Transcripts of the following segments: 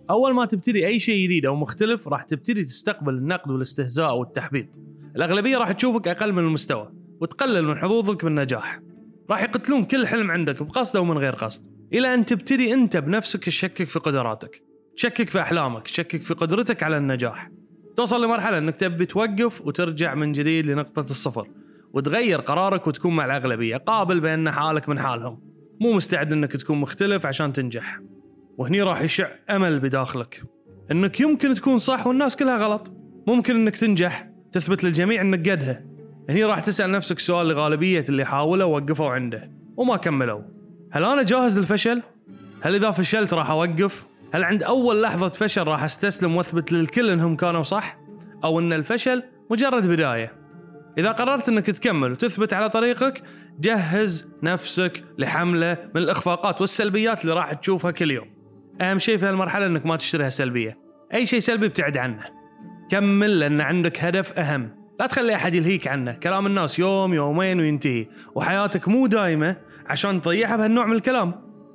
أول ما تبتدي أي شيء جديد أو مختلف راح تبتدي تستقبل النقد والاستهزاء والتحبيط. الأغلبية راح تشوفك أقل من المستوى وتقلل من حظوظك بالنجاح. راح يقتلون كل حلم عندك بقصد أو من غير قصد، إلى أن تبتدي أنت بنفسك تشكك في قدراتك، تشكك في أحلامك، تشكك في قدرتك على النجاح. توصل لمرحلة أنك تبي توقف وترجع من جديد لنقطة الصفر وتغير قرارك وتكون مع الأغلبية، قابل بأن حالك من حالهم، مو مستعد أنك تكون مختلف عشان تنجح. وهني راح يشع أمل بداخلك أنك يمكن تكون صح والناس كلها غلط، ممكن أنك تنجح، تثبت للجميع أنك قدها. هني راح تسأل نفسك سؤال لغالبية اللي حاولوا ووقفوا عنده وما كملوا: هل أنا جاهز للفشل؟ هل إذا فشلت راح أوقف؟ هل عند أول لحظة فشل راح أستسلم وأثبت للكل أنهم كانوا صح؟ أو أن الفشل مجرد بداية؟ إذا قررت أنك تكمل وتثبت على طريقك، جهز نفسك لحملة من الإخفاقات والسلبيات اللي راح تشوفها كل يوم. أهم شيء في هالمرحلة أنك ما تشتريها سلبية، أي شيء سلبي ابتعد عنه، كمل لأن عندك هدف أهم، لا تخلي أحد يلهيك عنه. كلام الناس يوم يومين وينتهي، وحياتك مو دائمة عشان تضيعها بهالنوع من الكلام.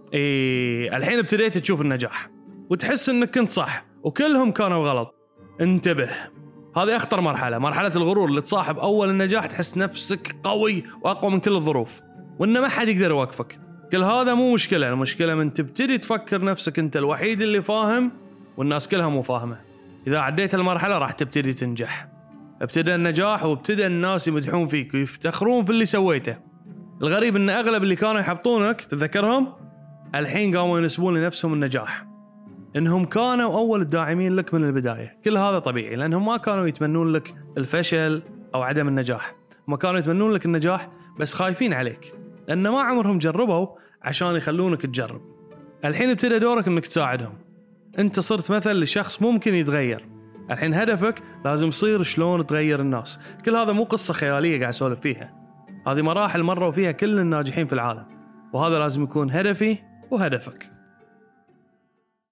الحين ابتديت تشوف النجاح وتحس أنك كنت صح وكلهم كانوا غلط. انتبه، هذه أخطر مرحلة الغرور اللي تصاحب أول النجاح. تحس نفسك قوي وأقوى من كل الظروف وإن ما حد يقدر يوقفك. كل هذا مو مشكلة، المشكلة من تبتدي تفكر نفسك أنت الوحيد اللي فاهم والناس كلها مو فاهمة. إذا عديت المرحلة راح تبتدي تنجح. ابتدى النجاح وابتدى الناس يمدحون فيك ويفتخرون في اللي سويته. الغريب إن أغلب اللي كانوا يحبطونك تتذكرهم الحين قاموا ينسبون لنفسهم النجاح، إنهم كانوا أول الداعمين لك من البداية. كل هذا طبيعي لأنهم ما كانوا يتمنون لك الفشل أو عدم النجاح، ما كانوا يتمنون لك النجاح بس خايفين عليك لأن ما عمرهم جربوا عشان يخلونك تجرب. الحين ابتدى دورك إنك تساعدهم. أنت صرت مثل لشخص ممكن يتغير. الحين هدفك لازم يصير شلون تغير الناس. كل هذا مو قصة خيالية قاعد أسولف فيها، هذه مراحل مروا فيها كل الناجحين في العالم، وهذا لازم يكون هدفي وهدفك.